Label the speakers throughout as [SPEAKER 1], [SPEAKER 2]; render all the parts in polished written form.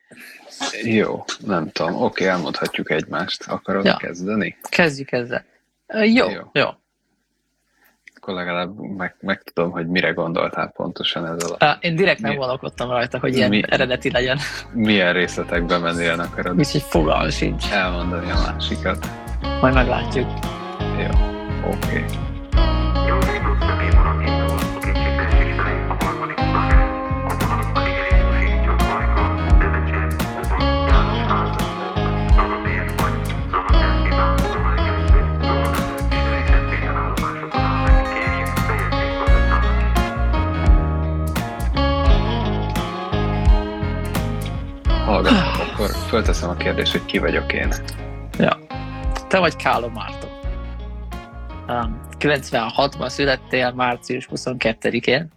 [SPEAKER 1] Jó, nem tudom. Oké, elmondhatjuk egymást. Akarod kezdeni?
[SPEAKER 2] Kezdjük ezzel. Jó.
[SPEAKER 1] Akkor legalább megtudom, hogy mire gondoltál pontosan ez alatt.
[SPEAKER 2] Én direkt nem gondolkodtam rajta, hogy ilyen eredeti legyen.
[SPEAKER 1] Milyen részletekbe mennél akarod?
[SPEAKER 2] Úgyhogy fogalm sincs.
[SPEAKER 1] Elmondani a másikat.
[SPEAKER 2] Majd meglátjuk.
[SPEAKER 1] Jó, oké. Hallgatok, akkor fölteszem a kérdést, hogy ki vagyok én.
[SPEAKER 2] Ja. Te vagy Káló Márton. 96-ban születtél, március 22-én.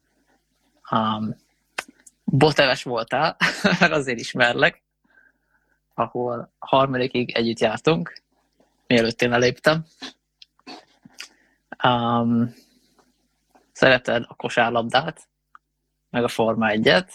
[SPEAKER 2] Boteves voltál, mert azért ismerlek, ahol harmadikig együtt jártunk, mielőtt én eléptem. Szereted a kosárlabdát, meg a Forma 1-et.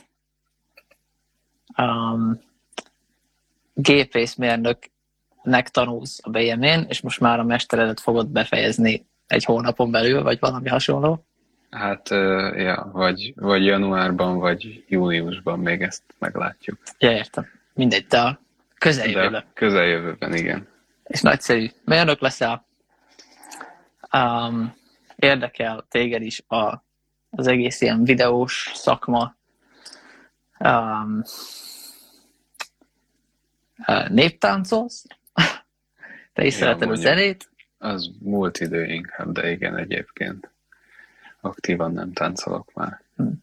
[SPEAKER 2] Gépészmérnöknek tanulsz a BM-én, és most már a mesteredet fogod befejezni egy hónapon belül, vagy valami hasonló.
[SPEAKER 1] Hát, vagy januárban, vagy júliusban még ezt meglátjuk.
[SPEAKER 2] Ja, értem. Mindegy, de a közeljövőben.
[SPEAKER 1] De közeljövőben, igen.
[SPEAKER 2] És nagyszerű. Mérnök leszel. Érdekel téged is az egész ilyen videós szakma. Néptáncolsz? Te is szereted a zenét?
[SPEAKER 1] Az múlt idő inkább, de igen, egyébként. Aktívan nem táncolok már.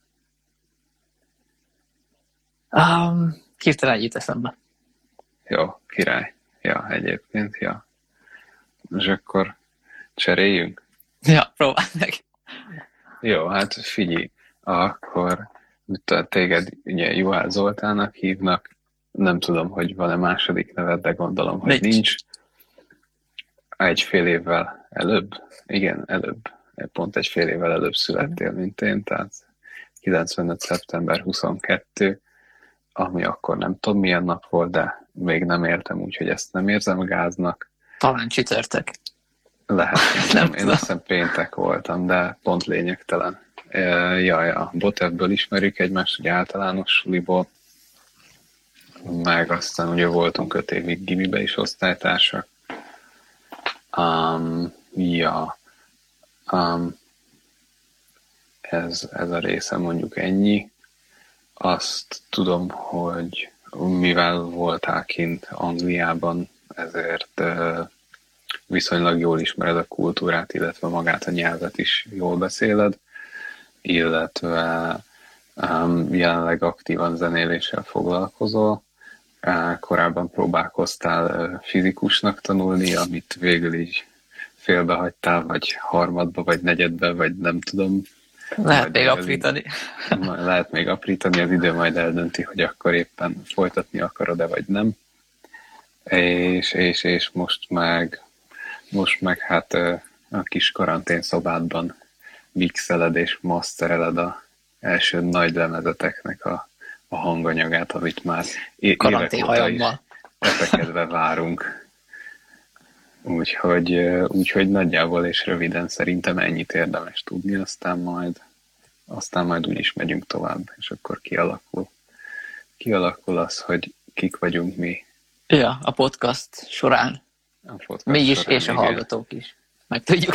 [SPEAKER 2] Hirtelen együtt eszembe.
[SPEAKER 1] Jó, király. Ja, egyébként, ja. És akkor cseréljünk?
[SPEAKER 2] Ja, próbáld meg.
[SPEAKER 1] Jó, hát figyelj, akkor téged ugye Juhász Zoltánnak hívnak, nem tudom, hogy van-e második neved, de gondolom, hogy nincs. Egy fél évvel előbb, igen, előbb, pont egy fél évvel előbb születtél, mint én, tehát 95. szeptember 22, ami akkor nem tudom milyen nap volt, de még nem éltem, úgyhogy ezt nem érzem gáznak.
[SPEAKER 2] Talán csütörtök.
[SPEAKER 1] Lehet, nem, én azt hiszem péntek voltam, de pont lényegtelen. Ja, Botevből ismerjük egymást, ugye általános suliból, meg aztán ugye voltunk 5 évig gimibe is osztálytársak. Ez a része mondjuk ennyi. Azt tudom, hogy mivel voltál kint Angliában, ezért viszonylag jól ismered a kultúrát, illetve magát a nyelvet is jól beszéled, illetve jelenleg aktívan zenéléssel foglalkozol. Korábban próbálkoztál fizikusnak tanulni, amit végül így félbehagytál, vagy harmadba, vagy negyedbe, vagy nem tudom.
[SPEAKER 2] Lehet még aprítani.
[SPEAKER 1] Lehet még aprítani, az idő majd eldönti, hogy akkor éppen folytatni akarod-e, vagy nem. És most meg hát a kis karantén szobádban mixeled és mastereled a első nagy lemezeteknek a hanganyagát, amit már évek óta is epekedve várunk. Úgyhogy nagyjából és röviden szerintem ennyit érdemes tudni, aztán majd úgy is megyünk tovább, és akkor kialakul az, hogy kik vagyunk mi.
[SPEAKER 2] Ja, a podcast során. Mi is, során, és igen. A hallgatók is. Meg tudjuk.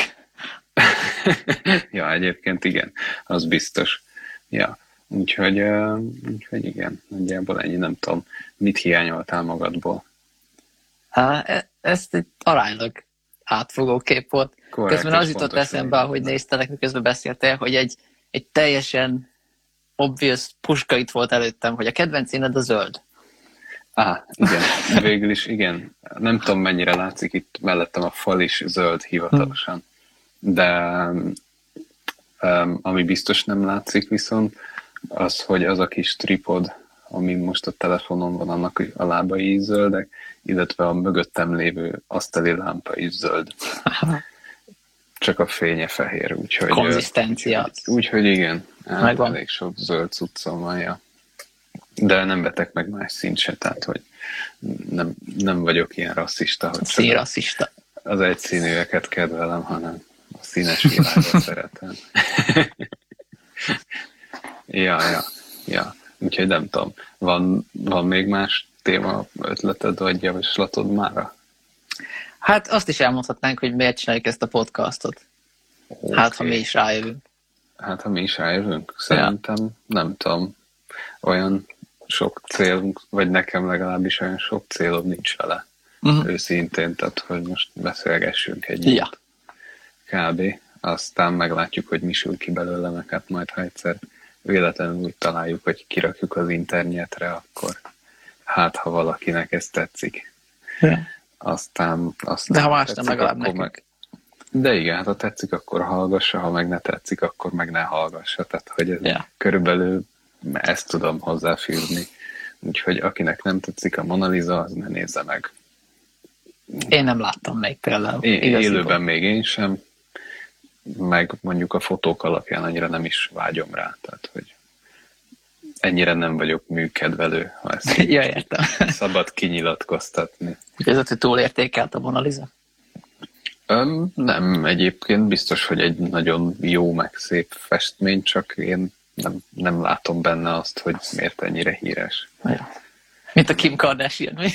[SPEAKER 1] Ja, egyébként igen, az biztos. Ja, úgyhogy igen, nagyjából ennyi, nem tudom. Mit hiányoltál magadból?
[SPEAKER 2] Ezt egy aránylag átfogó kép volt.
[SPEAKER 1] Korrekt,
[SPEAKER 2] közben az jutott eszembe, ahogy néztelek, miközben beszéltél, hogy egy teljesen obvious puska itt volt előttem, hogy a kedvenc színed a zöld.
[SPEAKER 1] Igen. Végül is igen. Nem tudom, mennyire látszik itt mellettem a fal is zöld hivatalosan. De ami biztos nem látszik viszont, az, hogy az a kis tripod, ami most a telefonon van, annak a lábai is zöldek, illetve a mögöttem lévő asztali lámpa is zöld. Csak a fénye fehér, úgyhogy...
[SPEAKER 2] Konzisztencia.
[SPEAKER 1] Úgyhogy igen, elég sok zöld cuccom van, ja. De nem vetek meg más színt se, tehát hogy nem vagyok ilyen rasszista, hogy
[SPEAKER 2] Színrasszista.
[SPEAKER 1] az egyszínűeket kedvelem, hanem a színes világot szeretem. Ja. Úgyhogy nem tudom. Van még más téma ötleted vagy javaslatod mára?
[SPEAKER 2] Hát azt is elmondhatnánk, hogy miért csináljuk ezt a podcastot.
[SPEAKER 1] Okay.
[SPEAKER 2] Hát, ha mi is rájövünk.
[SPEAKER 1] Hát, ha mi is rájövünk, szerintem, nem tudom, olyan sok célunk, vagy nekem legalábbis olyan sok célom nincs vele. Őszintén, tehát, hogy most beszélgessünk együtt. Kb. Aztán meglátjuk, hogy mi sül ki belőle, meg hát majd, ha egyszer véletlenül úgy találjuk, hogy kirakjuk az internetre, akkor hát, ha valakinek ez tetszik.
[SPEAKER 2] Ja.
[SPEAKER 1] Aztán
[SPEAKER 2] de ha más nem, legalább nekünk.
[SPEAKER 1] De igen, hát ha tetszik, akkor hallgassa, ha meg ne tetszik, akkor meg ne hallgassa. Tehát, hogy körülbelül ezt tudom hozzáfűzni. Úgyhogy akinek nem tetszik a Mona Lisa, az ne nézze meg.
[SPEAKER 2] Én nem láttam még például.
[SPEAKER 1] Élőben még én sem, meg mondjuk a fotók alapján annyira nem is vágyom rá. Tehát, hogy ennyire nem vagyok műkedvelő, ha ezt
[SPEAKER 2] értem.
[SPEAKER 1] Szabad kinyilatkoztatni.
[SPEAKER 2] Ez hogy túlértékelt a Mona Lisa?
[SPEAKER 1] Nem, egyébként biztos, hogy egy nagyon jó, meg szép festmény, csak én nem látom benne azt, hogy miért ennyire híres.
[SPEAKER 2] Ja. Mint a Kim Kardashian, mi?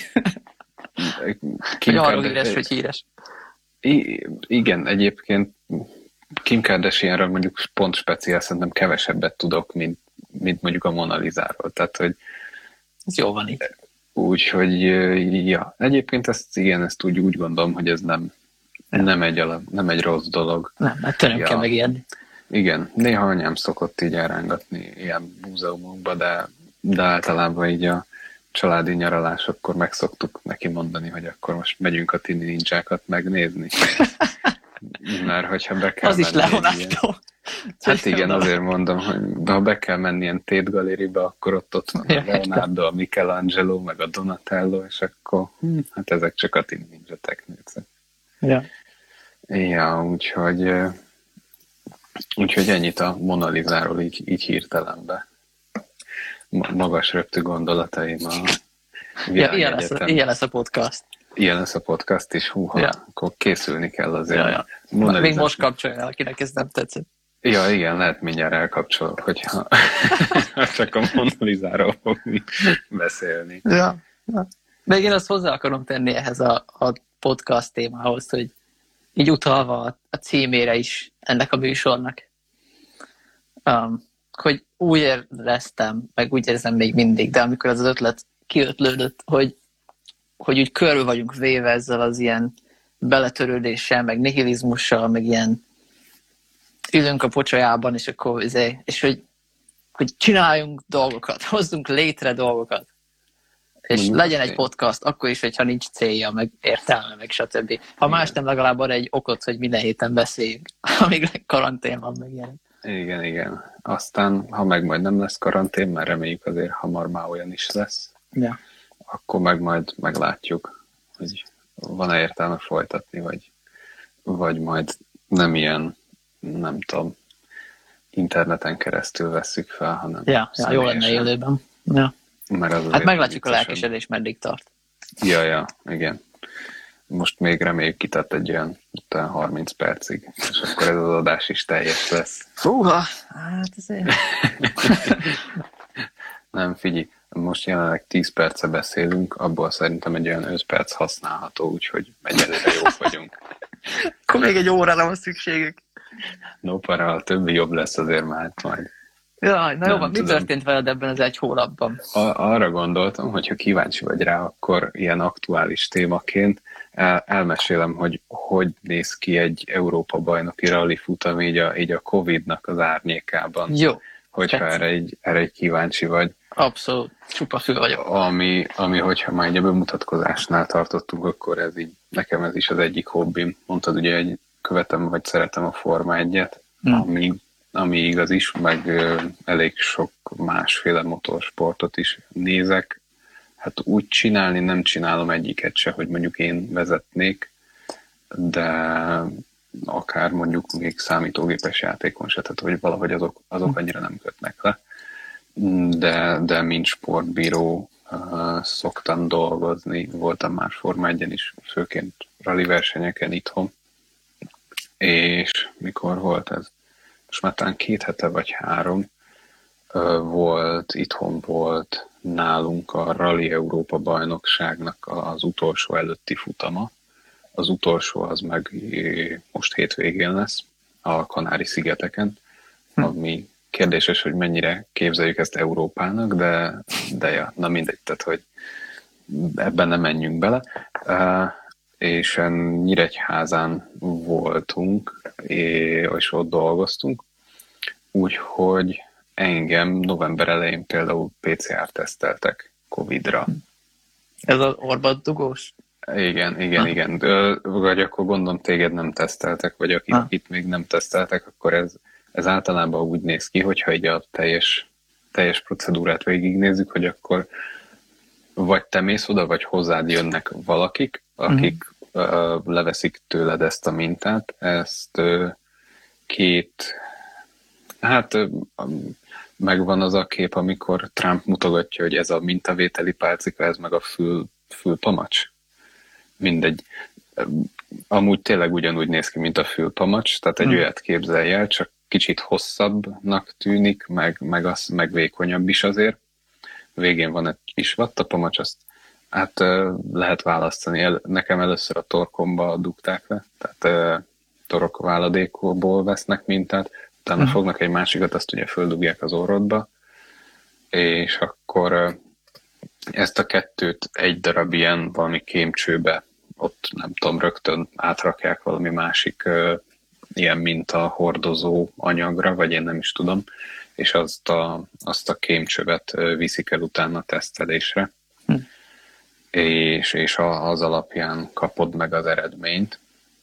[SPEAKER 2] Arról híres, hogy híres.
[SPEAKER 1] Igen, egyébként Kim Kardashianról mondjuk pont speciál, szerintem kevesebbet tudok, mint mondjuk a Mona Lisáról. Tehát, hogy
[SPEAKER 2] ez jó van itt.
[SPEAKER 1] Úgyhogy, ja, egyébként ezt úgy gondolom, hogy ez nem egy rossz dolog.
[SPEAKER 2] Nem, hát nem kell megijedni.
[SPEAKER 1] Igen, néha anyám szokott így elrángatni ilyen múzeumokba, de általában így a családi nyaralásokkor meg szoktuk neki mondani, hogy akkor most megyünk a Tini Ninjákat megnézni. Mert hogyha be kell
[SPEAKER 2] az is levonástól.
[SPEAKER 1] Hát igen, azért mondom, hogy ha be kell menni ilyen tétgaléribe, akkor ott van a Leonardo, a Michelangelo, meg a Donatello, és akkor hát ezek csak a Tini Ninja teknőcek. Ja, úgyhogy ennyit a Mona Lisáról így hirtelenbe. Magas röptű gondolataim a
[SPEAKER 2] ilyen lesz a podcast.
[SPEAKER 1] Ilyen lesz a podcast, és akkor készülni kell azért.
[SPEAKER 2] Még most kapcsolja el, akinek ez nem tetszett.
[SPEAKER 1] Ja, igen, lehet mindjárt elkapcsolok, hogyha csak a Mona Lisáról fogni beszélni.
[SPEAKER 2] Ja. Még én azt hozzá akarom tenni ehhez a podcast témához, hogy így utalva a címére is ennek a műsornak, hogy úgy éreztem, meg úgy érzem még mindig, de amikor az ötlet kiötlődött, hogy úgy körül vagyunk véve ezzel az ilyen beletörődéssel, meg nihilizmussal, meg ilyen ülünk a pocsolyában, és akkor és hogy csináljunk dolgokat, hozzunk létre dolgokat. És legyen egy podcast, akkor is, hogyha nincs célja, meg értelme, meg stb. Ha más nem, legalább arra egy okot, hogy minden héten beszéljünk, amíg karantén van, meg ilyen.
[SPEAKER 1] Igen. Aztán, ha meg majd nem lesz karantén, mert reméljük azért hamar már olyan is lesz, akkor meg majd meglátjuk, hogy van-e értelme folytatni, vagy majd nem ilyen, nem tudom, interneten keresztül vesszük fel, hanem
[SPEAKER 2] jó lenne élőben. Ja. Hát meglátjuk a lelkesedés, meddig tart.
[SPEAKER 1] Ja, igen. Most még reméljük kitart egy olyan 30 percig, és akkor ez az adás is teljes lesz.
[SPEAKER 2] Húha, hát azért.
[SPEAKER 1] Nem, figyelj, most jelenleg 10 perce beszélünk, abból szerintem egy olyan 5 perc használható, úgyhogy egyelőre jók vagyunk.
[SPEAKER 2] Akkor még egy órára van szükségük.
[SPEAKER 1] No para, a többi jobb lesz azért már majd.
[SPEAKER 2] Jaj, na jó van, mi történt veled ebben az egy hónapban?
[SPEAKER 1] Arra gondoltam, hogy ha kíváncsi vagy rá, akkor ilyen aktuális témaként elmesélem, hogy néz ki egy Európa-bajnoki rally futam így a Covid-nak az árnyékában.
[SPEAKER 2] Jó.
[SPEAKER 1] Hogyha erre egy kíváncsi vagy.
[SPEAKER 2] Abszolút, csupa fül vagyok.
[SPEAKER 1] Ami hogyha már egy bemutatkozásnál tartottunk, akkor nekem ez is az egyik hobbim. Mondtad ugye, hogy követem, vagy szeretem a Forma 1-et, ami igaz is, meg elég sok másféle motorsportot is nézek. Hát úgy csinálni nem csinálom egyiket se, hogy mondjuk én vezetnék, de akár mondjuk még számítógépes játékon se, tehát hogy valahogy azok annyira nem kötnek le. de mint sportbíró szoktam dolgozni. Voltam már Forma 1-en is, főként rally versenyeken itthon. És mikor volt ez? Most már talán 2 hete vagy 3 itthon volt nálunk a Rally Európa bajnokságnak az utolsó előtti futama. Az utolsó az meg most hétvégén lesz a Kanári-szigeteken, ami kérdéses, hogy mennyire képzeljük ezt Európának, de ja, na mindegy, tehát, hogy ebben nem menjünk bele. És Nyíregyházán voltunk, és ott dolgoztunk, úgyhogy engem november elején például PCR teszteltek Covid-ra.
[SPEAKER 2] Ez az Orbán dugós?
[SPEAKER 1] Igen. Vagy akkor gondolom téged nem teszteltek, vagy akit még nem teszteltek, akkor ez általában úgy néz ki, hogyha így a teljes procedúrát végignézzük, hogy akkor vagy te mész oda, vagy hozzád jönnek valakik, akik leveszik tőled ezt a mintát. Ezt megvan az a kép, amikor Trump mutogatja, hogy ez a mintavételi pálcika, ez meg a fülpamacs. Mindegy. Amúgy tényleg ugyanúgy néz ki, mint a fülpamacs, tehát egy olyat képzelj el, csak kicsit hosszabbnak tűnik, meg vékonyabb is azért. Végén van egy kis vattapamacs, azt lehet választani. Nekem először a torkomba dugták le, tehát torokváladékból vesznek mintát, utána fognak egy másikat, azt ugye földugják az orrodba, és akkor ezt a kettőt egy darab ilyen valami kémcsőbe, ott nem tudom, rögtön átrakják valami másik ilyen minta hordozó anyagra, vagy én nem is tudom, és azt a kémcsövet viszik el utána tesztelésre, és az alapján kapod meg az eredményt.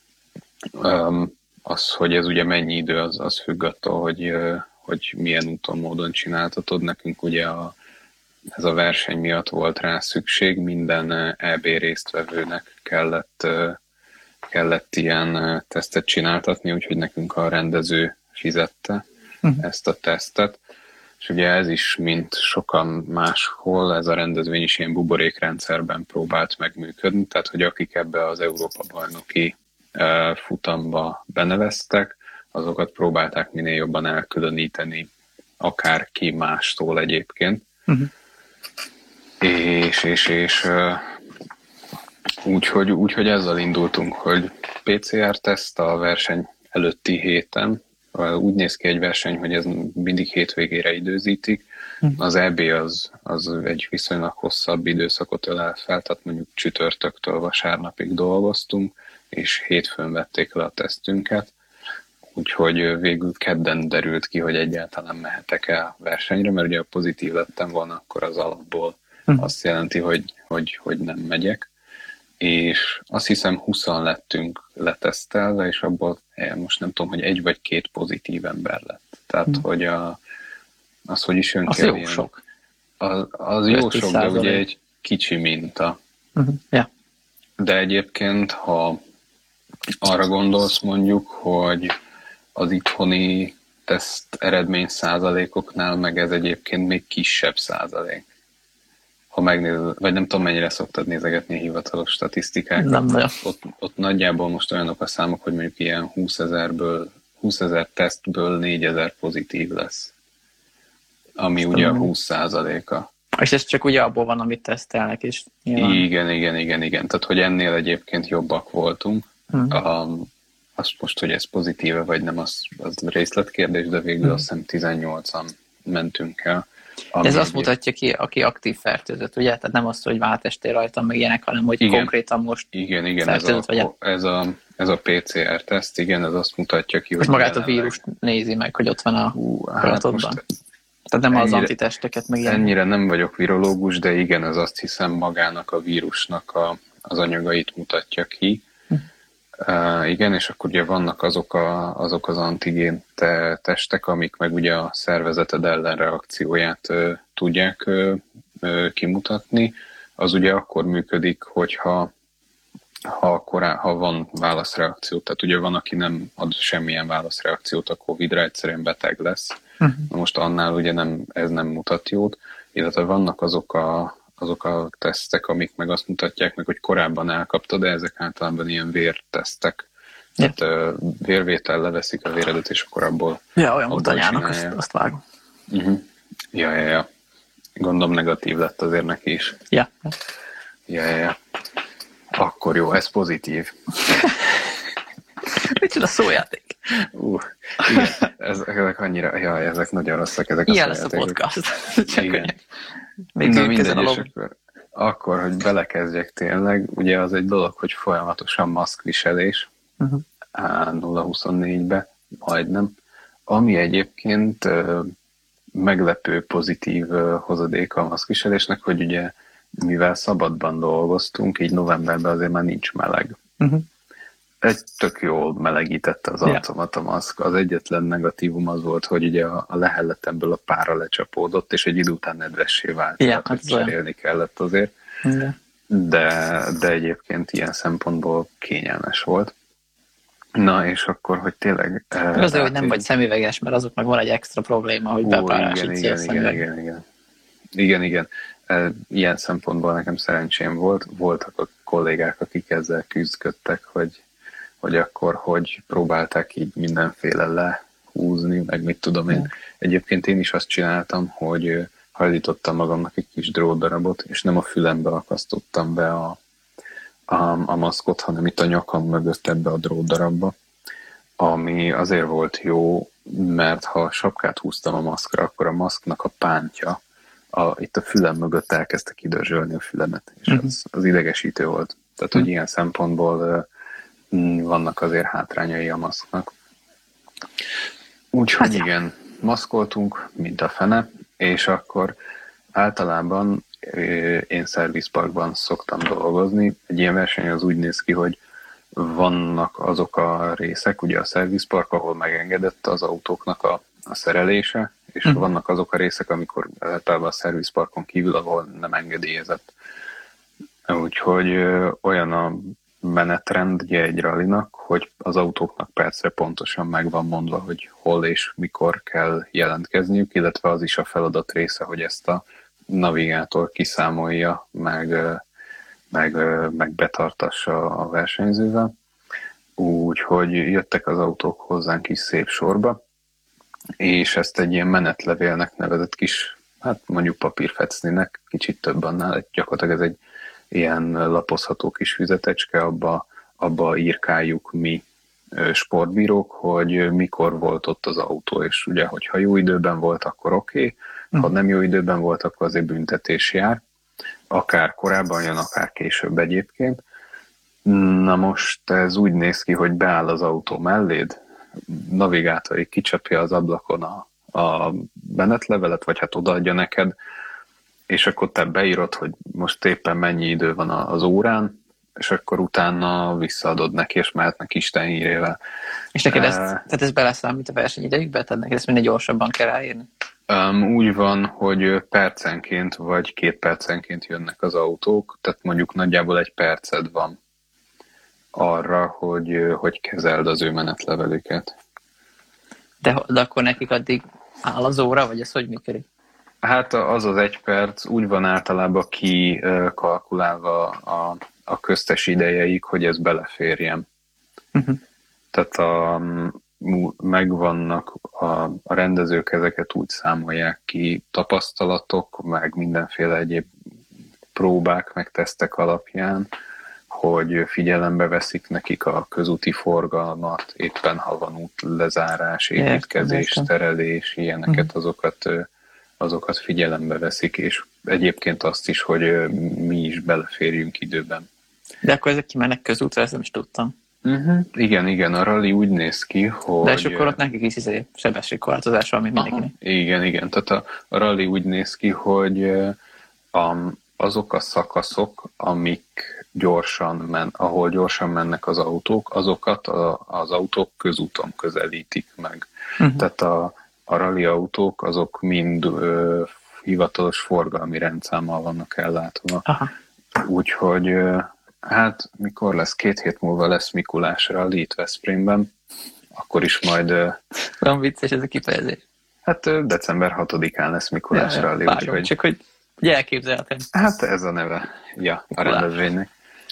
[SPEAKER 1] Az, hogy ez ugye mennyi idő, az függ attól, hogy milyen úton, módon csináltatod. Nekünk ugye ez a verseny miatt volt rá szükség, minden EB résztvevőnek kellett ilyen tesztet csináltatni, úgyhogy nekünk a rendező fizette ezt a tesztet. És ugye ez is, mint sokan máshol, ez a rendezvény is ilyen buborékrendszerben próbált megműködni, tehát hogy akik ebbe az Európa-bajnoki futamba beneveztek, azokat próbálták minél jobban elkülöníteni akárki mástól egyébként. És úgyhogy ezzel indultunk, hogy PCR-teszt a verseny előtti héten. Úgy néz ki egy verseny, hogy ez mindig hétvégére időzítik. Az EB az egy viszonylag hosszabb időszakot ölel fel, tehát mondjuk csütörtöktől vasárnapig dolgoztunk, és hétfőn vették le a tesztünket. Úgyhogy végül kedden derült ki, hogy egyáltalán mehetek el versenyre, mert ugye ha pozitív lettem volna, akkor az alapból azt jelenti, hogy nem megyek. És azt hiszem 20-an lettünk letesztelve, és abból most nem tudom, hogy 1 vagy 2 pozitív ember lett. Tehát, hogy hogy is jön
[SPEAKER 2] ki. Az jó sok.
[SPEAKER 1] Az jó sok, de ugye egy kicsi minta.
[SPEAKER 2] Yeah.
[SPEAKER 1] De egyébként, ha arra gondolsz mondjuk, hogy az itthoni teszt eredmény százalékoknál meg ez egyébként még kisebb százalék. Ha megnézed, vagy nem tudom, mennyire szoktad nézegetni a hivatalos statisztikákat.
[SPEAKER 2] Nem.
[SPEAKER 1] Ott nagyjából most olyanok a számok, hogy mondjuk ilyen 20 000 tesztből 4000 pozitív lesz. Ami ugye a 20%-a.
[SPEAKER 2] És ez csak ugye abból van, amit tesztelnek is.
[SPEAKER 1] Igen. Tehát, hogy ennél egyébként jobbak voltunk. Azt most, hogy ez pozitíve vagy nem, az részletkérdés, de végül azt hiszem 18-an mentünk el.
[SPEAKER 2] Ez azt mutatja ki, aki aktív fertőzött, ugye? Tehát nem azt, hogy váltestél rajtam, meg ilyenek, hanem hogy konkrétan most fertőzött vagy.
[SPEAKER 1] Ez a PCR-teszt, igen, ez azt mutatja ki,
[SPEAKER 2] hogy magát a vírust nézi meg, hogy ott van a adatodban. Tehát nem az antitesteket meg ilyen.
[SPEAKER 1] Ennyire nem vagyok virológus, de igen, ez azt hiszem magának a vírusnak az anyagait mutatja ki. Igen, és akkor ugye vannak azok az antigén testek, amik meg ugye a szervezeted ellenreakcióját tudják kimutatni. Az ugye akkor működik, hogyha van válaszreakció. Tehát ugye van, aki nem ad semmilyen válaszreakciót a Covid-ra, egyszerűen beteg lesz, Na most annál ugye ez nem mutat jót, illetve vannak azok a tesztek, amik meg azt mutatják meg, hogy korábban elkaptad, de ezek általában ilyen vértesztek. Tehát vérvétel leveszik a véredet, és akkor abból
[SPEAKER 2] olyan mutanyának, azt vágom.
[SPEAKER 1] Ja. Gondolom negatív lett azért neki is.
[SPEAKER 2] Ja.
[SPEAKER 1] Akkor jó, ez pozitív.
[SPEAKER 2] Micsoda szójáték.
[SPEAKER 1] Igen, ezek annyira, ezek nagyon rosszak, ezek
[SPEAKER 2] ilyen
[SPEAKER 1] a
[SPEAKER 2] szójátékok. Ilyen lesz a podcast.
[SPEAKER 1] Igen.
[SPEAKER 2] Még
[SPEAKER 1] na
[SPEAKER 2] mindegy,
[SPEAKER 1] és akkor, hogy belekezdjek tényleg, ugye az egy dolog, hogy folyamatosan maszkviselés, 0-24-be, majdnem, ami egyébként meglepő pozitív hozadéka a maszkviselésnek, hogy ugye mivel szabadban dolgoztunk, így novemberben azért már nincs meleg. Egy tök jól melegítette az arcomat a maszk. Az egyetlen negatívum az volt, hogy ugye a lehelletemből a pára lecsapódott, és egy idő után nedvessé vált. Tehát, hogy cserélni kellett azért. De egyébként ilyen szempontból kényelmes volt. Na, és akkor, hogy tényleg...
[SPEAKER 2] Azért, hogy nem vagy szemüveges, mert azok meg van egy extra probléma, hogy bepárásítja a szemüveget.
[SPEAKER 1] Igen. Ilyen szempontból nekem szerencsém volt. Voltak a kollégák, akik ezzel küzdködtek, hogy akkor hogy próbálták így mindenféle lehúzni, meg mit tudom én. Egyébként én is azt csináltam, hogy hajlítottam magamnak egy kis drótdarabot, és nem a fülembe akasztottam be a maszkot, hanem itt a nyakam mögött ebbe a drótdarabba, ami azért volt jó, mert ha sapkát húztam a maszkra, akkor a maszknak a pántja itt a fülem mögött elkezdte kidörzsölni a fülemet, és az idegesítő volt. Tehát, hogy ilyen szempontból vannak azért hátrányai a maszknak. Úgyhogy igen, maszkoltunk, mint a fene, és akkor általában én szervizparkban szoktam dolgozni. Egy ilyen verseny az úgy néz ki, hogy vannak azok a részek, ugye a szervizpark, ahol megengedett az autóknak a szerelése, és vannak azok a részek, amikor általában a szervizparkon kívül, ahol nem engedélyezett. Úgyhogy olyan a menetrendje egy rallinak, hogy az autóknak percre pontosan meg van mondva, hogy hol és mikor kell jelentkezniük, illetve az is a feladat része, hogy ezt a navigátor kiszámolja, meg betartassa a versenyzővel. Úgyhogy jöttek az autók hozzánk is szép sorba, és ezt egy ilyen menetlevélnek nevezett kis, hát mondjuk papírfecninek, kicsit több annál, gyakorlatilag ez egy ilyen lapozható kis füzetecske, abba írkáljuk mi sportbírók, hogy mikor volt ott az autó, és ugye, hogyha jó időben volt, akkor oké, ha nem jó időben volt, akkor azért büntetés jár. Akár korábban jön, akár később egyébként. Na most ez úgy néz ki, hogy beáll az autó melléd, navigátori kicsapja az ablakon a menetlevelet, vagy hát odaadja neked, és akkor te beírod, hogy most éppen mennyi idő van az órán, és akkor utána visszaadod neki, és mehetnek Isten hírével.
[SPEAKER 2] És neked tehát ez beleszámít a versenyidejükbe? Tehát neked ezt minél gyorsabban kell ráírni?
[SPEAKER 1] Úgy van, hogy percenként vagy 2 percenként jönnek az autók, tehát mondjuk nagyjából 1 perced van arra, hogy kezeld az ő menetlevelüket.
[SPEAKER 2] De akkor nekik addig áll az óra, vagy ez hogy működik?
[SPEAKER 1] Hát az 1 perc úgy van általában kikalkulálva a köztes idejeik, hogy ez beleférjen. Tehát megvannak a rendezők, ezeket úgy számolják ki, tapasztalatok, meg mindenféle egyéb próbák, meg tesztek alapján, hogy figyelembe veszik nekik a közúti forgalmat, éppen ha van út lezárás, építkezés, terelés, ilyeneket, azokat figyelembe veszik, és egyébként azt is, hogy mi is beleférjünk időben.
[SPEAKER 2] De akkor ezek kimennek közútra, ezt nem is tudtam.
[SPEAKER 1] Igen, a rally úgy néz ki, hogy...
[SPEAKER 2] De és akkor ott nekik is sebességkorlátozás van, mint mindenkinek.
[SPEAKER 1] Igen. Tehát a rally úgy néz ki, hogy azok a szakaszok, ahol gyorsan mennek az autók, azokat az autók közúton közelítik meg. Tehát a rally autók, azok mind hivatalos forgalmi rendszámmal vannak ellátva. Úgyhogy hát mikor lesz? 2 hét múlva lesz Mikulás rally itt Veszprémben, akkor is majd...
[SPEAKER 2] Olyan vicces ez a kifejezés.
[SPEAKER 1] Hát december 6-án lesz Mikulás Rally,
[SPEAKER 2] vágom,
[SPEAKER 1] úgyhogy...
[SPEAKER 2] csak hogy elképzelhetem.
[SPEAKER 1] Hát ez a neve, ja, a rendezvénynek.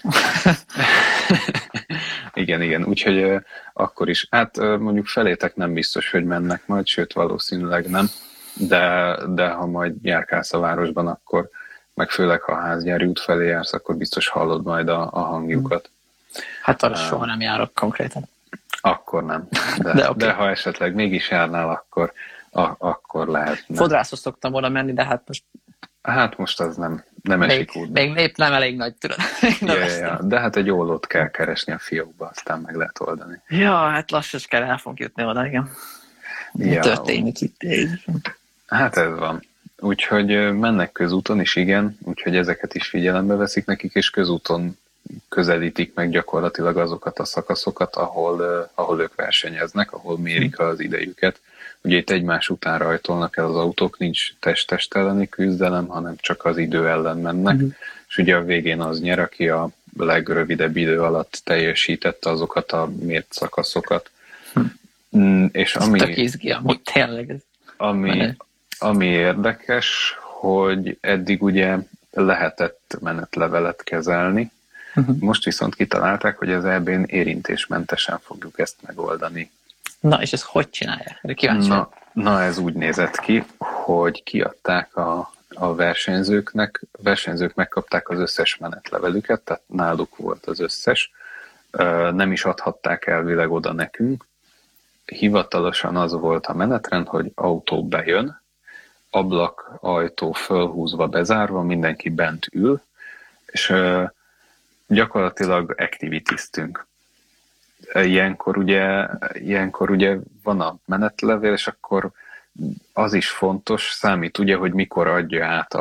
[SPEAKER 1] Igen, úgyhogy akkor is. Hát mondjuk felétek nem biztos, hogy mennek majd, sőt valószínűleg nem, de ha majd járkálsz a városban, akkor meg főleg, ha a Házgyári út felé jársz, akkor biztos hallod majd a hangjukat.
[SPEAKER 2] Hát arra soha nem járok konkrétan.
[SPEAKER 1] Akkor nem. De ha esetleg mégis járnál, akkor lehetne.
[SPEAKER 2] Fodrászhoz szoktam volna menni, de hát most...
[SPEAKER 1] Hát most az nem esik úgy.
[SPEAKER 2] Még nem elég nagy, tudod.
[SPEAKER 1] De hát egy ollót kell keresni a fiókba, aztán meg lehet oldani.
[SPEAKER 2] Ja, hát lassacskán el fogunk jutni oda, igen. Történik itt.
[SPEAKER 1] Hát ez van. Úgyhogy mennek közúton is, igen, úgyhogy ezeket is figyelembe veszik nekik, és közúton közelítik meg gyakorlatilag azokat a szakaszokat, ahol ők versenyeznek, ahol mérik az idejüket. Ugye itt egymás után rajtolnak el az autók, nincs test-test elleni küzdelem, hanem csak az idő ellen mennek, és ugye a végén az nyer, aki a legrövidebb idő alatt teljesítette azokat a mért szakaszokat. És ami...
[SPEAKER 2] Tök izgi, amúgy tényleg ez.
[SPEAKER 1] Ami érdekes, hogy eddig ugye lehetett menetlevelet kezelni, most viszont kitalálták, hogy az EB-n érintésmentesen fogjuk ezt megoldani.
[SPEAKER 2] Na, és ezt hogy csinálják?
[SPEAKER 1] Na, ez úgy nézett ki, hogy kiadták a versenyzők megkapták az összes menetlevelüket, tehát náluk volt az összes, nem is adhatták elvileg oda nekünk. Hivatalosan az volt a menetrend, hogy autó bejön, ablak, ajtó fölhúzva, bezárva, mindenki bent ül, és gyakorlatilag activity-ztünk. Ilyenkor ugye van a menetlevél, és akkor az is fontos, számít ugye, hogy mikor adja át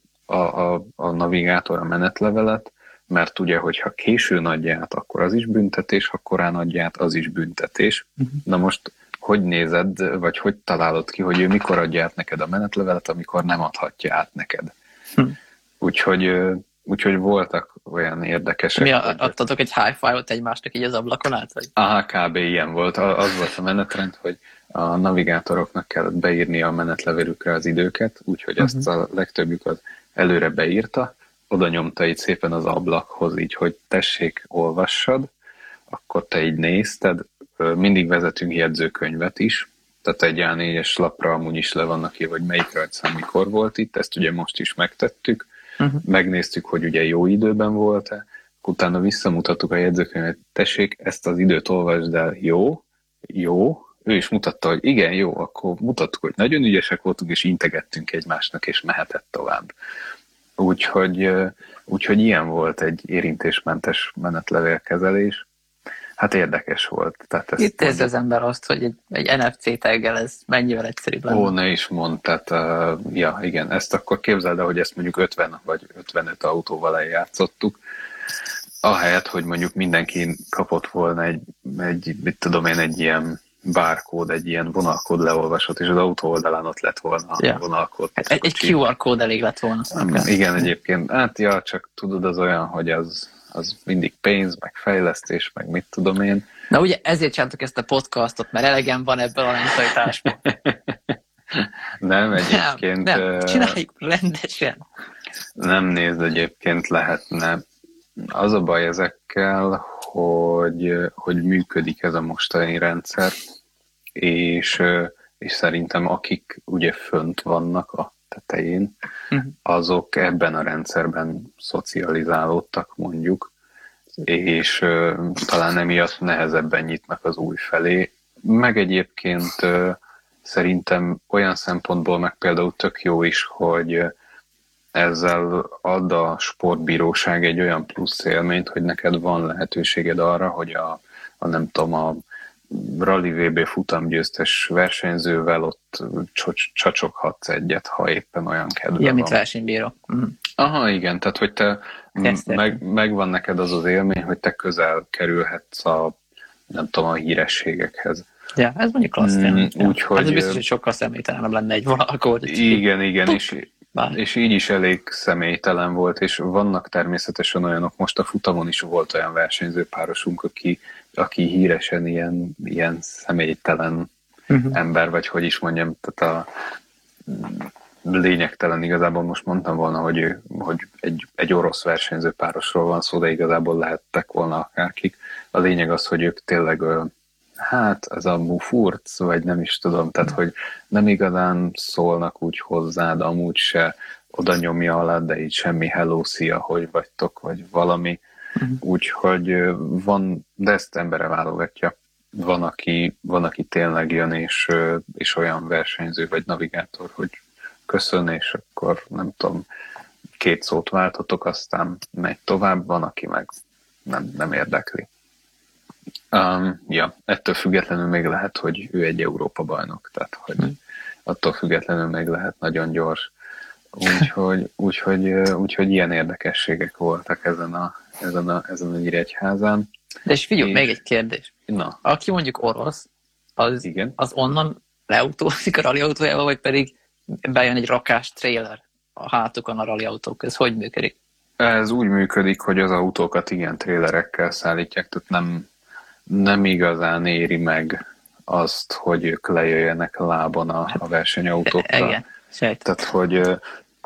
[SPEAKER 1] a navigátor a menetlevelet, mert ugye, hogyha későn adja át, akkor az is büntetés, ha korán adja át, az is büntetés. Na most hogy nézed, vagy hogy találod ki, hogy ő mikor adja át neked a menetlevelet, amikor nem adhatja át neked? Úgyhogy voltak olyan érdekesek.
[SPEAKER 2] Adtatok egy high five-ot egymásnak így az ablakon át? Vagy?
[SPEAKER 1] Aha, kb. Ilyen volt. Az volt a menetrend, hogy a navigátoroknak kellett beírni a menetlevelükre az időket, úgyhogy azt a legtöbbjük az előre beírta, oda nyomta így szépen az ablakhoz, így, hogy tessék, olvassad, akkor te így nézted, mindig vezetünk jegyzőkönyvet is, tehát egy A4-es lapra amúgy is le vannak írva, hogy melyik rajtszám mikor volt itt, ezt ugye most is megtettük, megnéztük, hogy ugye jó időben volt-e, utána visszamutattuk a jegyzőkönyvet, tessék, ezt az időt olvasd el, jó, ő is mutatta, hogy igen, jó, akkor mutattuk, hogy nagyon ügyesek voltunk, és integettünk egymásnak, és mehetett tovább. Úgyhogy ilyen volt egy érintésmentes menetlevélkezelés. Hát érdekes volt. Tehát
[SPEAKER 2] itt érzi az ember azt, hogy egy NFC taggel ez mennyivel egyszerűbb lenne.
[SPEAKER 1] Ó, ne is mondd. Tehát, ja, igen, ezt akkor képzeld el, hogy ezt mondjuk 50 vagy 55 autóval eljátszottuk. Ahelyett, hogy mondjuk mindenki kapott volna egy ilyen bárkód, egy ilyen vonalkód leolvasott, és az autó oldalán ott lett volna a vonalkód.
[SPEAKER 2] Hát egy QR kód elég lett volna.
[SPEAKER 1] Igen, egyébként. Hát ja, csak tudod, az olyan, hogy az mindig pénz, meg fejlesztés, meg mit tudom én.
[SPEAKER 2] Na ugye ezért csináltuk ezt a podcastot, mert elegem van ebből a mentalitásból.
[SPEAKER 1] Nem, egyébként...
[SPEAKER 2] Nem, csináljuk rendesen.
[SPEAKER 1] Nem nézd, egyébként lehetne. Az a baj ezekkel, hogy működik ez a mostani rendszer, és szerintem akik ugye fönt vannak a tetején, azok ebben a rendszerben szocializálódtak mondjuk, és talán emiatt nehezebben nyitnak az új felé. Meg egyébként szerintem olyan szempontból meg például tök jó is, hogy ezzel ad a sportbíróság egy olyan plusz élményt, hogy neked van lehetőséged arra, hogy a Rally VB futamgyőztes versenyzővel ott csacsoghatsz egyet, ha éppen olyan kedve
[SPEAKER 2] van. Mint versenybíró.
[SPEAKER 1] Aha, igen, tehát hogy te megvan neked az élmény, hogy te közel kerülhetsz a hírességekhez.
[SPEAKER 2] Ja, ez mondjuk klassz. Hát ez biztos, hogy sokkal személytelenebb lenne egy vonalkód.
[SPEAKER 1] Igen, és így is elég személytelen volt, és vannak természetesen olyanok, most a futamon is volt olyan versenyzőpárosunk, aki híresen ilyen személytelen ember, vagy hogy is mondjam, tehát a lényegtelen igazából. Most mondtam volna, hogy egy orosz versenyző párosról van szó, de igazából lehettek volna akárkik. A lényeg az, hogy ők tényleg hát ez a mufurc, vagy nem is tudom, tehát hogy nem igazán szólnak úgy hozzád, amúgy se oda nyomja alá, de így semmi hello, szia, hogy vagytok, vagy valami. Úgyhogy van, de ezt embere válogatja. Van, aki tényleg jön, és olyan versenyző vagy navigátor, hogy köszön, és akkor nem tudom, 2 szót váltotok, aztán megy tovább, van, aki meg nem érdekli. Ettől függetlenül még lehet, hogy ő egy Európa-bajnok, tehát hogy attól függetlenül még lehet nagyon gyors. Úgyhogy ilyen érdekességek voltak ezen a Nyíregyházán.
[SPEAKER 2] De és figyelj, még egy kérdés.
[SPEAKER 1] Na.
[SPEAKER 2] Aki mondjuk orosz,
[SPEAKER 1] Igen.
[SPEAKER 2] az onnan leautózik a rally autójával, vagy pedig bejön egy rakás trailer a hátukon a rally autók? Ez hogy működik?
[SPEAKER 1] Ez úgy működik, hogy az autókat igen trélerekkel szállítják, tehát nem igazán éri meg azt, hogy ők lejöjjenek a lábon a versenyautókkal.
[SPEAKER 2] Igen, sejtem.
[SPEAKER 1] Tehát, hogy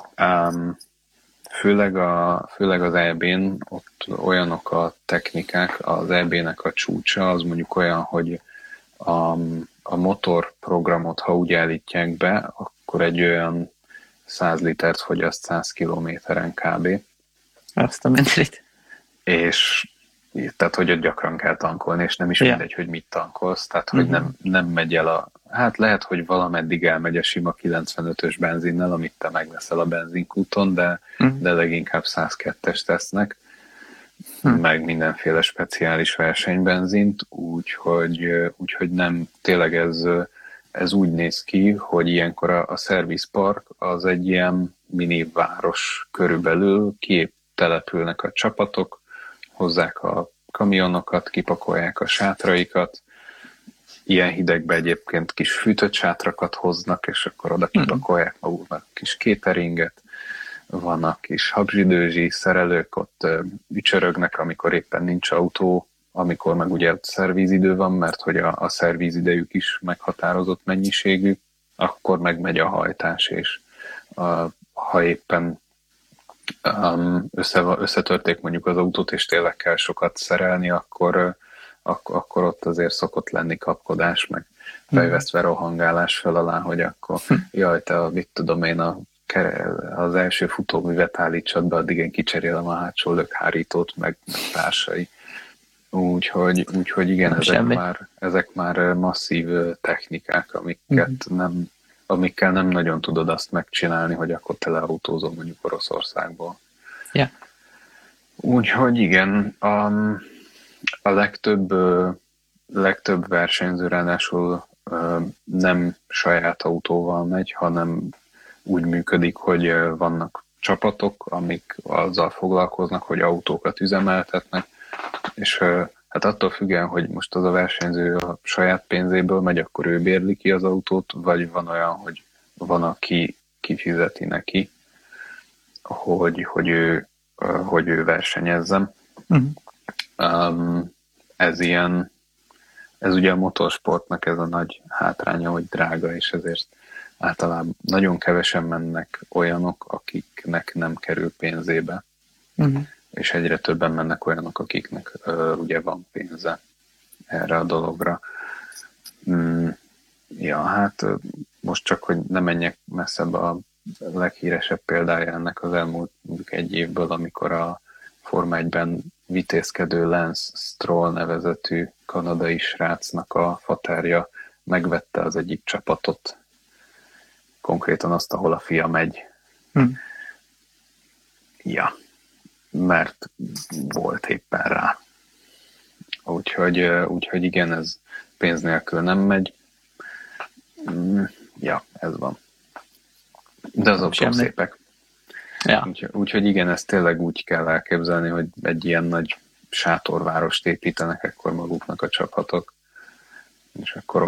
[SPEAKER 1] főleg az EB-n ott olyanok a technikák, az EB-nek a csúcsa, az mondjuk olyan, hogy a motorprogramot, ha úgy állítják be, akkor egy olyan 100 litert fogyaszt 100 kilométeren kb.
[SPEAKER 2] Azt a mentelit.
[SPEAKER 1] És tehát, hogy ott gyakran kell tankolni, és nem is mindegy, hogy mit tankolsz, tehát, hogy nem megy el hát lehet, hogy valameddig elmegy a sima 95-ös benzinnel, amit te megveszel a benzinkúton, de leginkább 102-es tesznek, meg mindenféle speciális versenybenzint, úgyhogy nem, tényleg ez úgy néz ki, hogy ilyenkor a szervizpark az egy ilyen mini város körülbelül, települnek a csapatok, hozzák a kamionokat, kipakolják a sátraikat, ilyen hidegben egyébként kis fűtött sátrakat hoznak, és akkor oda kipakolják maguknak kis cateringet, vannak kis habzsidőzsi szerelők, ott ücsörögnek, amikor éppen nincs autó, amikor meg ugye szervízidő van, mert hogy a szervízidejük is meghatározott mennyiségű, akkor megmegy a hajtás, és ha éppen összetörték mondjuk az autót, és tényleg kell sokat szerelni, akkor ott azért szokott lenni kapkodás, meg fejvesztve rohangálás fel alá, hogy akkor jaj, te mit tudom én, az első futóművet állítsad be, addig én kicserélem a hátsó lökhárítót, meg társai. Úgyhogy igen, ezek már masszív technikák, amikkel nem nagyon tudod azt megcsinálni, hogy akkor teleautózol mondjuk Oroszországból.
[SPEAKER 2] Yeah.
[SPEAKER 1] Úgyhogy igen, a legtöbb versenyző ráadásul nem saját autóval megy, hanem úgy működik, hogy vannak csapatok, amik azzal foglalkoznak, hogy autókat üzemeltetnek, és hát attól függően, hogy most az a versenyző a saját pénzéből megy, akkor ő bérli ki az autót, vagy van olyan, hogy van, aki kifizeti neki, hogy ő versenyezzen. Ez ugye a motorsportnak ez a nagy hátránya, hogy drága, és ezért általában nagyon kevesen mennek olyanok, akiknek nem kerül pénzébe. És egyre többen mennek olyanok, akiknek ugye van pénze erre a dologra. Hát most csak, hogy ne menjek messzebb, a leghíresebb példája ennek az elmúlt mondjuk 1 évből, amikor a Forma 1-ben vitézkedő Lance Stroll nevezetű kanadai srácnak a faterja megvette az egyik csapatot, konkrétan azt, ahol a fia megy. Mert volt éppen rá. Úgyhogy igen, ez pénz nélkül nem megy. Ez van. De az autók szépek.
[SPEAKER 2] Ja.
[SPEAKER 1] Úgyhogy igen, ezt tényleg úgy kell elképzelni, hogy egy ilyen nagy sátorvárost építenek ekkor maguknak a csapatok, és akkor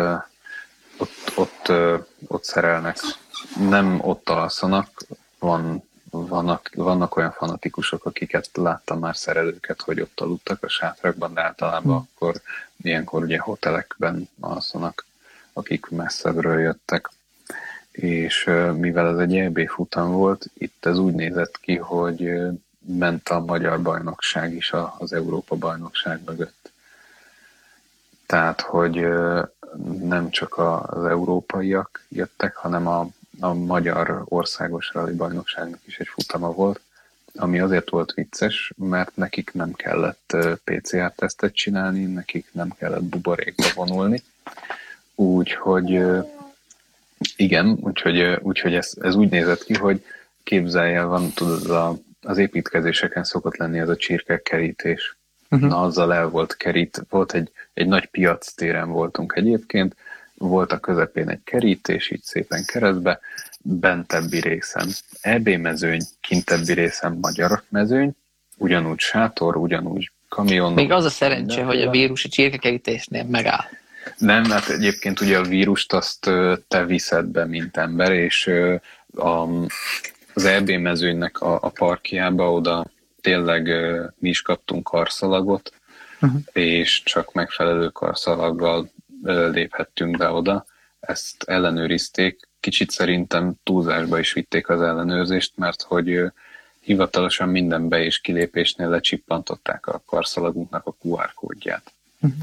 [SPEAKER 1] ott szerelnek. Nem ott alszanak, vannak olyan fanatikusok, akiket láttam már szerelőket, hogy ott aludtak a sátrakban, de általában akkor ilyenkor ugye hotelekben alszanak akik messzebbről jöttek. És mivel ez egy EB futam volt, itt ez úgy nézett ki, hogy ment a magyar bajnokság is az Európa bajnokság mögött. Tehát, hogy nem csak az európaiak jöttek, hanem a magyar országos rali bajnokságnak is egy futama volt, ami azért volt vicces, mert nekik nem kellett PCR-tesztet csinálni, nekik nem kellett buborékba vonulni. Úgyhogy igen, úgyhogy ez úgy nézett ki, hogy képzelj el, van, tudod, az építkezéseken szokott lenni ez a csirkekerítés. Na, azzal el volt kerít, volt egy nagy piactéren voltunk egyébként, volt a közepén egy kerítés, így szépen keresztbe, bentebbi részen EB mezőny, kintebbi részen magyar mezőny, ugyanúgy sátor, ugyanúgy kamionok.
[SPEAKER 2] Még az a szerencse, hogy a vírus a csirkekerítésnél megáll.
[SPEAKER 1] Nem, hát egyébként ugye a vírust azt te viszed be, mint ember, és az EB mezőnynek a parkjába oda tényleg mi is kaptunk karszalagot, és csak megfelelő karszalaggal léphettünk be oda. Ezt ellenőrizték, kicsit szerintem túlzásba is vitték az ellenőrzést, mert hogy hivatalosan minden be- és kilépésnél lecsippantották a karszalagunknak a QR kódját.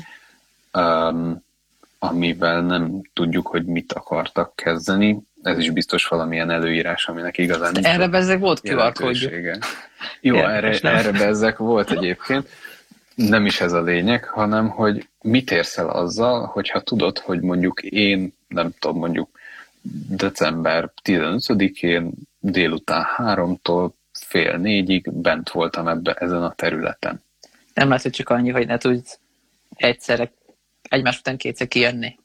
[SPEAKER 1] Amivel nem tudjuk, hogy mit akartak kezdeni. Ez is biztos valamilyen előírás, aminek igazán nincs.
[SPEAKER 2] Erre bezzeg volt QR kódja.
[SPEAKER 1] Jó, erre bezzeg volt egyébként. Nem is ez a lényeg, hanem hogy mit érsz el azzal, hogyha tudod, hogy mondjuk én, nem tudom, mondjuk december 15-én délután 3-tól fél 4-ig bent voltam ezen a területen.
[SPEAKER 2] Nem lesz, hogy csak annyi, hogy ne tudsz egyszerre egymás után kétszer kijönni.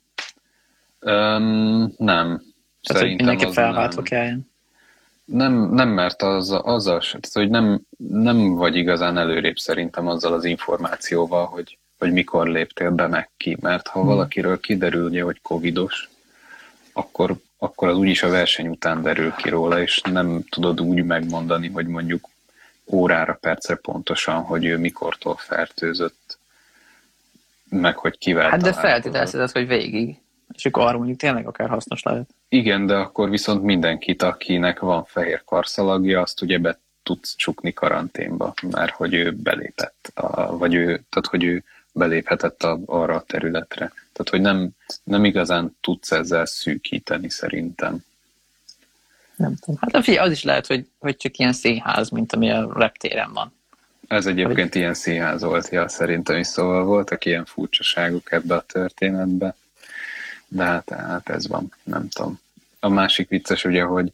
[SPEAKER 1] Nem.
[SPEAKER 2] Tehát, hogy mindenki felváltva kelljen.
[SPEAKER 1] Nem, mert azzal, tehát, hogy nem vagy igazán előrébb szerintem azzal az információval, hogy mikor léptél be meg ki. Mert ha valakiről kiderül, ugye, hogy covidos, akkor az úgyis a verseny után derül ki róla, és nem tudod úgy megmondani, hogy mondjuk órára, percre pontosan, hogy ő mikortól fertőzött, meg hogy kivel
[SPEAKER 2] hát de feltételezheted, hogy végig. És akkor arra mondjuk tényleg akár hasznos lehet.
[SPEAKER 1] Igen, de akkor viszont mindenkit, akinek van fehér karszalagja, azt ugye be tudsz csukni karanténba, mert hogy ő belépett, tehát hogy ő beléphetett arra a területre. Tehát, hogy nem igazán tudsz ezzel szűkíteni szerintem.
[SPEAKER 2] Nem tudom. Hát figyelj, az is lehet, hogy csak ilyen színház, mint ami a reptéren van.
[SPEAKER 1] Ez egyébként ilyen színház volt, ja, szerintem is, szóval voltak ilyen furcsaságok ebbe a történetbe, de hát ez van, nem tudom. A másik vicces ugye, hogy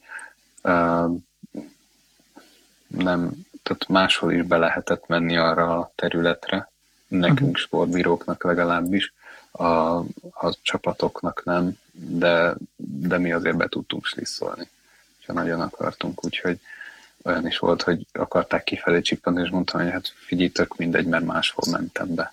[SPEAKER 1] nem, tehát máshol is be lehetett menni arra a területre, nekünk sportbíróknak legalábbis, a csapatoknak nem, de mi azért be tudtunk slisszolni, ha nagyon akartunk, úgyhogy olyan is volt, hogy akarták kifelé csippantani, és mondtam, hogy hát figyelj, tök mindegy, mert máshol mentem be.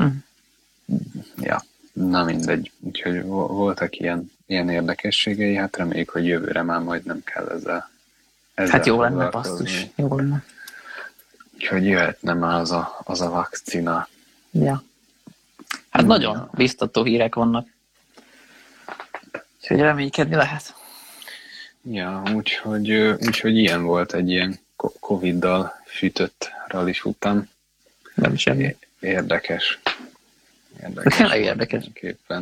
[SPEAKER 1] Ja, na mindegy. Úgyhogy voltak ilyen érdekességei, hát reméljük, hogy jövőre már majd nem kell ezzel
[SPEAKER 2] hát jó lenne, basszus. Jó lenne.
[SPEAKER 1] Úgyhogy jöhetne már az a vakcina.
[SPEAKER 2] Ja. Hát nagyon biztató hírek vannak. Úgyhogy reménykedni lehet.
[SPEAKER 1] Ja, úgyhogy ilyen volt egy ilyen Covid-dal sütött rallis után.
[SPEAKER 2] Nem semmi.
[SPEAKER 1] Érdekes.
[SPEAKER 2] Tényleg érdekes.
[SPEAKER 1] Éppen,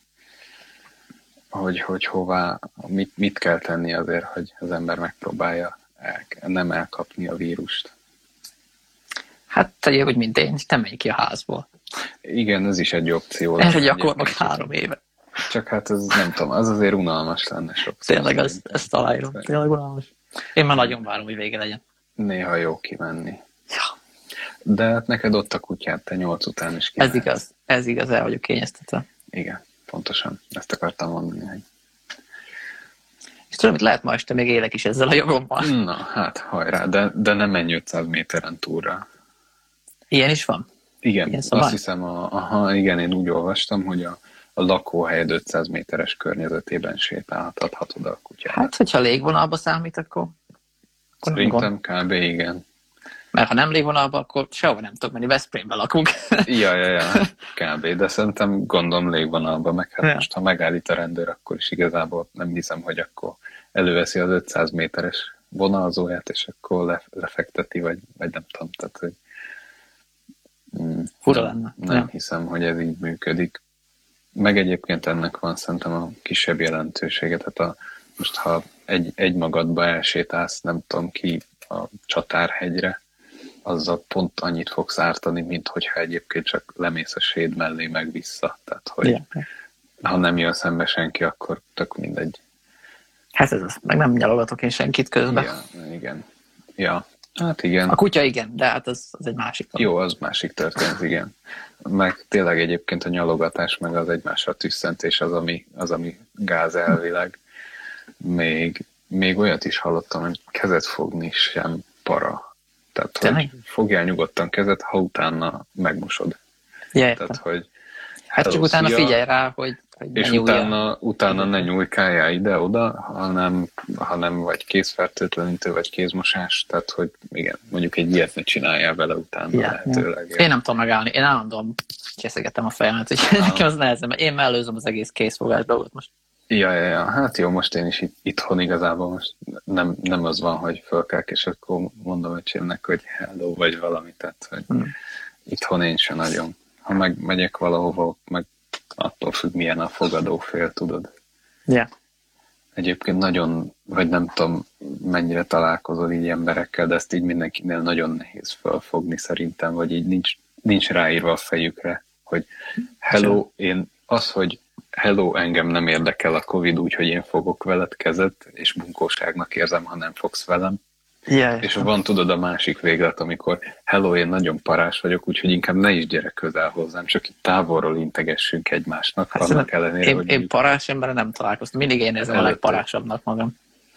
[SPEAKER 1] hogy hová, mit kell tenni azért, hogy az ember megpróbálja nem elkapni a vírust.
[SPEAKER 2] Hát tegyél, hogy mint én, nem menj ki a házból.
[SPEAKER 1] Igen, ez is egy opció.
[SPEAKER 2] Ez egy gyakornok 3 éve.
[SPEAKER 1] Csak hát ez nem tudom, az azért unalmas lenne sokszor.
[SPEAKER 2] Tényleg ezt aláírom. Tényleg unalmas. Én már nagyon várom, hogy vége legyen.
[SPEAKER 1] Néha jó kimenni.
[SPEAKER 2] Ja.
[SPEAKER 1] De hát neked ott a kutyát, te 8 után is kimenni.
[SPEAKER 2] Ez igaz, el vagyok kényeztetve.
[SPEAKER 1] Igen, pontosan. Ezt akartam mondani. Hogy...
[SPEAKER 2] És tudom, hogy lehet ma este még élek is ezzel a jogommal.
[SPEAKER 1] Na, hát hajrá, de nem menj 500 méteren túlra.
[SPEAKER 2] Ilyen is van?
[SPEAKER 1] Igen, ilyen azt hiszem, igen, én úgy olvastam, hogy a lakóhelyed 500 méteres környezetében sétálhatod a kutyát.
[SPEAKER 2] Hát, hogyha légvonalba számít, akkor
[SPEAKER 1] szerintem kb. Igen.
[SPEAKER 2] Mert ha nem légvonalban, akkor sehova nem tudok menni, Veszprémben lakunk.
[SPEAKER 1] Ja, kb. De szerintem gondolom légvonalba, meg hát
[SPEAKER 2] Ja.
[SPEAKER 1] most, ha megállít a rendőr, akkor is igazából nem hiszem, hogy akkor előveszi az 500 méteres vonalzóját, és akkor lefekteti, vagy nem tudom, tehát, hogy
[SPEAKER 2] Fura lenne.
[SPEAKER 1] nem hiszem, hogy ez így működik. Meg egyébként ennek van szerintem a kisebb jelentősége, tehát most ha egy magadba elsétálsz, nem tudom ki, a Csatárhegyre, azzal pont annyit fogsz ártani, mint hogyha egyébként csak lemész a séd mellé, meg vissza. Tehát, hogy ha nem jön szembe senki, akkor tök mindegy.
[SPEAKER 2] Hát ez az, meg nem nyalogatok én senkit közben.
[SPEAKER 1] Ja, igen. Ja, hát igen.
[SPEAKER 2] A kutya igen, de hát az egy másik.
[SPEAKER 1] Jó, az másik történet, igen. Meg tényleg egyébként a nyalogatás, meg az egymásra tüsszentés az, ami gáz elvileg. Még olyat is hallottam, hogy kezet fogni sem para. Tehát, hogy fogjál nyugodtan kezet, ha utána megmosod.
[SPEAKER 2] Ja,
[SPEAKER 1] tehát, hogy
[SPEAKER 2] hát csak utána figyelj rá, hogy
[SPEAKER 1] és utána ne nyújkáljál ide-oda, hanem vagy kézfertőtlenítő, vagy kézmosás, tehát, hogy igen, mondjuk egy ilyet ne csináljál vele utána lehetőleg.
[SPEAKER 2] Én nem tudom megállni, én állandóan cseszegetem a fejemet, hogy nekem az nehezem, én mellőzöm az egész kézfogás dolgot most.
[SPEAKER 1] Ja, hát jó, most én is itthon igazából most nem az van, hogy fölkelk, és akkor mondom öcsémnek, hogy hello, vagy valami, tehát, hogy itthon én sem nagyon. Ha megyek valahova, meg attól függ, milyen a fogadófél, tudod.
[SPEAKER 2] Ja.
[SPEAKER 1] Egyébként nagyon, vagy nem tudom, mennyire találkozol így emberekkel, de ezt így mindenkinél nagyon nehéz felfogni szerintem, vagy így nincs ráírva a fejükre, hogy hello, hogy hello, engem nem érdekel a Covid, úgyhogy én fogok veled kezet, és bunkóságnak érzem, ha nem fogsz velem. És van, tudod, a másik véglet, amikor hello, én nagyon parás vagyok, úgyhogy inkább ne is gyere közel hozzám, csak itt távolról integessünk egymásnak. Hát annak ellenére,
[SPEAKER 2] én parás emberre nem találkoztam, mindig én érzem a legparásabbnak magam.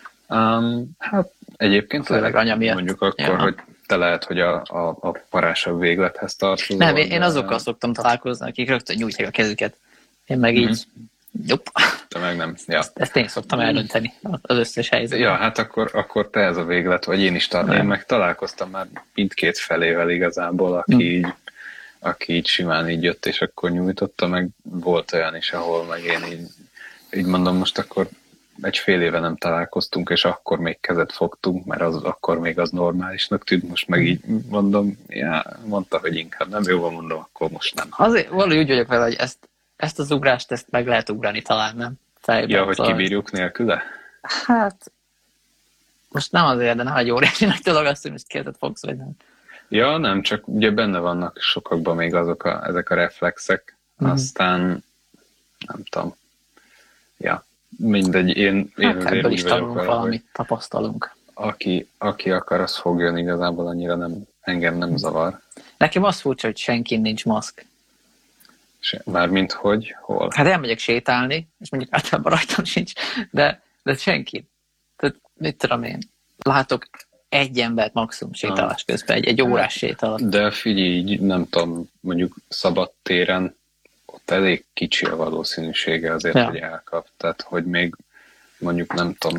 [SPEAKER 1] Hát egyébként mondjuk akkor, hogy te lehet, hogy a parásabb véglethez tartozol.
[SPEAKER 2] Nem, én azokkal szoktam találkozni, akik rögtön nyújtják a kezüket. Én meg így, jobb.
[SPEAKER 1] Te meg nem. Ja.
[SPEAKER 2] Ezt én szoktam eldönteni az összes helyzetben.
[SPEAKER 1] Ja, hát akkor te ez a véglet, vagy én is én meg találkoztam már mindkét felével igazából, aki így simán így jött, és akkor nyújtotta, meg volt olyan is, ahol meg én így mondom, most akkor egy fél éve nem találkoztunk, és akkor még kezet fogtunk, mert akkor még az normálisnak tűnt, most meg így mondom, mondta, hogy inkább nem, jó, mondom, akkor most nem.
[SPEAKER 2] Azért valahogy úgy vagyok vele, hogy ezt az ugrást, ezt meg lehet ugrani talán, nem?
[SPEAKER 1] Fejben, ja, hogy kibírjuk nélküle?
[SPEAKER 2] Hát, most nem azért, de nem egy óriási nagy dolog azt, hogy most kezet fogsz, vagy nem.
[SPEAKER 1] Ja, nem, csak ugye benne vannak sokakban még ezek a reflexek, aztán nem tudom. Ja, mindegy, én
[SPEAKER 2] hát
[SPEAKER 1] azért
[SPEAKER 2] úgy vagyok vele, valamit tapasztalunk.
[SPEAKER 1] Aki akar, az fogjon, igazából annyira engem nem zavar.
[SPEAKER 2] Nekem az furcsa, hogy senkin nincs maszk.
[SPEAKER 1] Mármint hogy? Hol?
[SPEAKER 2] Hát elmegyek sétálni, és mondjuk általában rajtam sincs, de senki. Tehát mit tudom én, látok egy embert maximum sétálás közben, egy órás sétál.
[SPEAKER 1] De figyelj, így nem tudom, mondjuk szabad téren ott elég kicsi a valószínűsége azért, hogy elkap. Tehát, hogy még mondjuk nem tudom,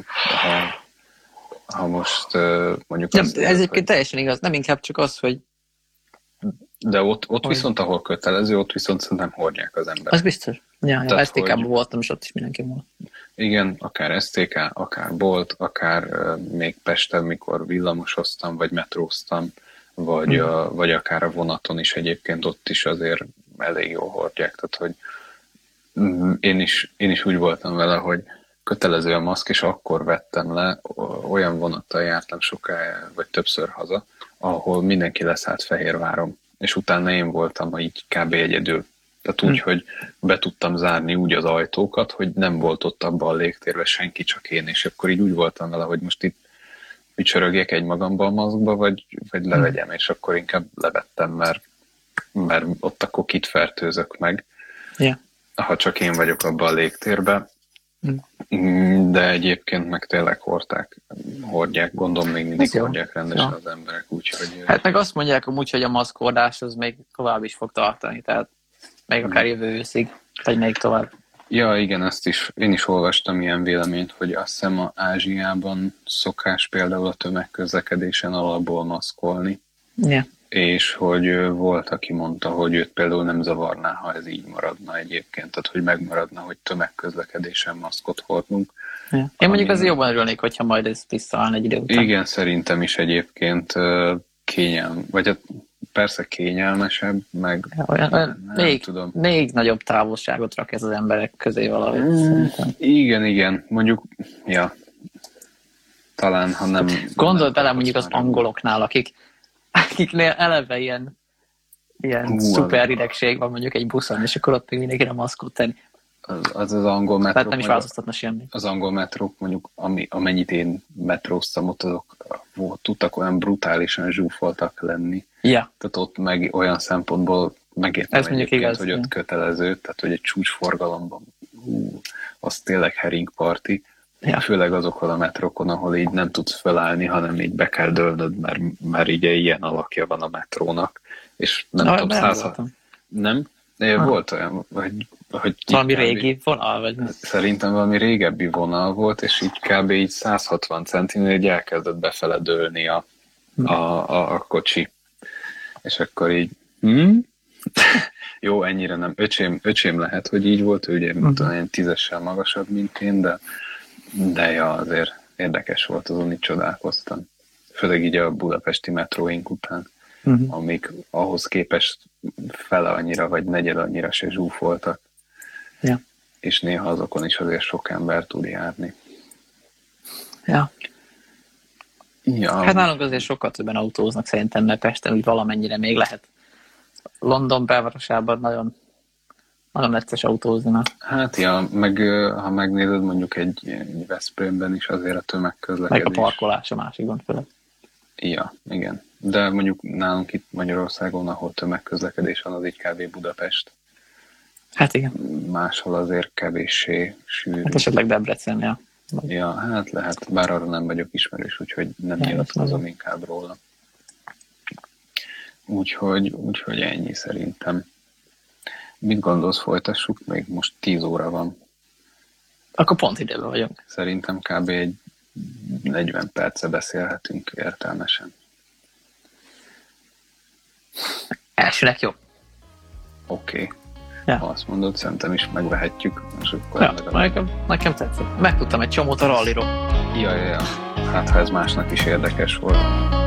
[SPEAKER 1] ha most mondjuk...
[SPEAKER 2] Nem, ez egyébként teljesen igaz, nem inkább csak az, hogy...
[SPEAKER 1] De ott viszont, ahol kötelező, ott viszont szerintem hordják az emberek.
[SPEAKER 2] Az biztos. Ja, STK-ban voltam, és ott is mindenki volt.
[SPEAKER 1] Igen, akár STK, akár bolt, akár még Pesten, mikor villamosoztam, vagy metróztam, vagy akár a vonaton is egyébként ott is azért elég jól hordják. Tehát, hogy én is úgy voltam vele, hogy kötelező a maszk, és akkor vettem le, olyan vonattal jártam soká, vagy többször haza, ahol mindenki leszállt Fehérváron, és utána én voltam így kb. Egyedül. Tehát úgy, hogy be tudtam zárni úgy az ajtókat, hogy nem volt ott abban a légtérben senki, csak én, és akkor így úgy voltam vele, hogy most itt csörögjek egy magamba a maszkba, vagy levegyem, és akkor inkább levettem, mert ott akkor kit fertőzök meg, ha csak én vagyok abban a légtérben. De egyébként meg tényleg hordják, gondolom még mindig hordják rendesen az emberek, úgyhogy...
[SPEAKER 2] Hát meg azt mondják amúgy, hogy a maszkordás az még tovább is fog tartani, tehát még akár jövő őszig, vagy még tovább.
[SPEAKER 1] Ja, igen, én is olvastam ilyen véleményt, hogy azt hiszem Ázsiában szokás például a tömegközlekedésen alapból maszkolni,
[SPEAKER 2] Yeah.
[SPEAKER 1] és hogy volt, aki mondta, hogy őt például nem zavarná, ha ez így maradna egyébként, tehát hogy megmaradna, hogy tömegközlekedésen maszkot hordunk.
[SPEAKER 2] Yeah. Én mondjuk azért jobban örülnék, hogyha majd ez visszaáll egy idő után.
[SPEAKER 1] Igen, szerintem is egyébként vagy hát persze kényelmesebb, meg
[SPEAKER 2] nem
[SPEAKER 1] tudom.
[SPEAKER 2] Még nagyobb távolságot rak ez az emberek közé valahogy.
[SPEAKER 1] Igen, mondjuk, ja, talán, ha nem...
[SPEAKER 2] Gondolj bele mondjuk az angoloknál, akiknél eleve ilyen szuper idegség van mondjuk egy buszon, és akkor ott még mindenkire maszkot tenni.
[SPEAKER 1] Az angol metrók...
[SPEAKER 2] Tehát nem is változtatna semmi.
[SPEAKER 1] Az angol metrók, mondjuk amennyit én metróztam, azok tudtak olyan brutálisan zsúfoltak lenni.
[SPEAKER 2] Ja.
[SPEAKER 1] Tehát ott meg olyan szempontból megértem egyébként,
[SPEAKER 2] igaz,
[SPEAKER 1] hogy ott kötelező, tehát hogy egy csúcsforgalomban az tényleg heringparti. Ja. Főleg azokon a metrókon, ahol így nem tudsz fölállni, hanem így be kell dőlnöd, mert így ilyen alakja van a metrónak. És nem tudom, nem? Volt olyan, hogy
[SPEAKER 2] valami régi vonal? Vagy
[SPEAKER 1] szerintem valami régebbi vonal volt, és így kb. Így 160 centinél így elkezdett befele dőlni a kocsi. És akkor így jó, ennyire nem. Öcsém lehet, hogy így volt, ő ugye ilyen 10-essel magasabb, mint én, de ja, azért érdekes volt, azon így csodálkoztam. Főleg így a budapesti metróink után, amik ahhoz képest fele annyira, vagy negyed annyira se zsúfoltak.
[SPEAKER 2] Ja.
[SPEAKER 1] És néha azokon is azért sok ember tud járni.
[SPEAKER 2] Ja.
[SPEAKER 1] Ja.
[SPEAKER 2] Hát nálunk azért sokkal többen autóznak szerintem, mert Pesten úgy valamennyire még lehet. London belvárosában nagyon necces autózni.
[SPEAKER 1] Hát ja, meg ha megnézed mondjuk egy Veszprémben is azért a tömegközlekedés.
[SPEAKER 2] Meg a parkolás a másik gond főleg.
[SPEAKER 1] Ja, igen. De mondjuk nálunk itt Magyarországon, ahol tömegközlekedés van, az így kb. Budapest.
[SPEAKER 2] Hát igen.
[SPEAKER 1] Máshol azért kevéssé sűrű.
[SPEAKER 2] Hát esetleg Debrecen, ja.
[SPEAKER 1] Ja, hát lehet, bár arra nem vagyok ismerős, úgyhogy nem nyilatkozom inkább róla. Úgyhogy ennyi szerintem. Mit gondolsz, folytassuk? Még most 10 óra van.
[SPEAKER 2] Akkor pont időben vagyunk.
[SPEAKER 1] Szerintem kb. Egy 40 perce beszélhetünk értelmesen.
[SPEAKER 2] Elsőnek jó.
[SPEAKER 1] Oké.
[SPEAKER 2] Ja.
[SPEAKER 1] Ha azt mondod, szerintem is megvehetjük. És akkor
[SPEAKER 2] nekem tetszett. Megtudtam egy csomót a ralliról.
[SPEAKER 1] Ja. Hát ha ez másnak is érdekes volt.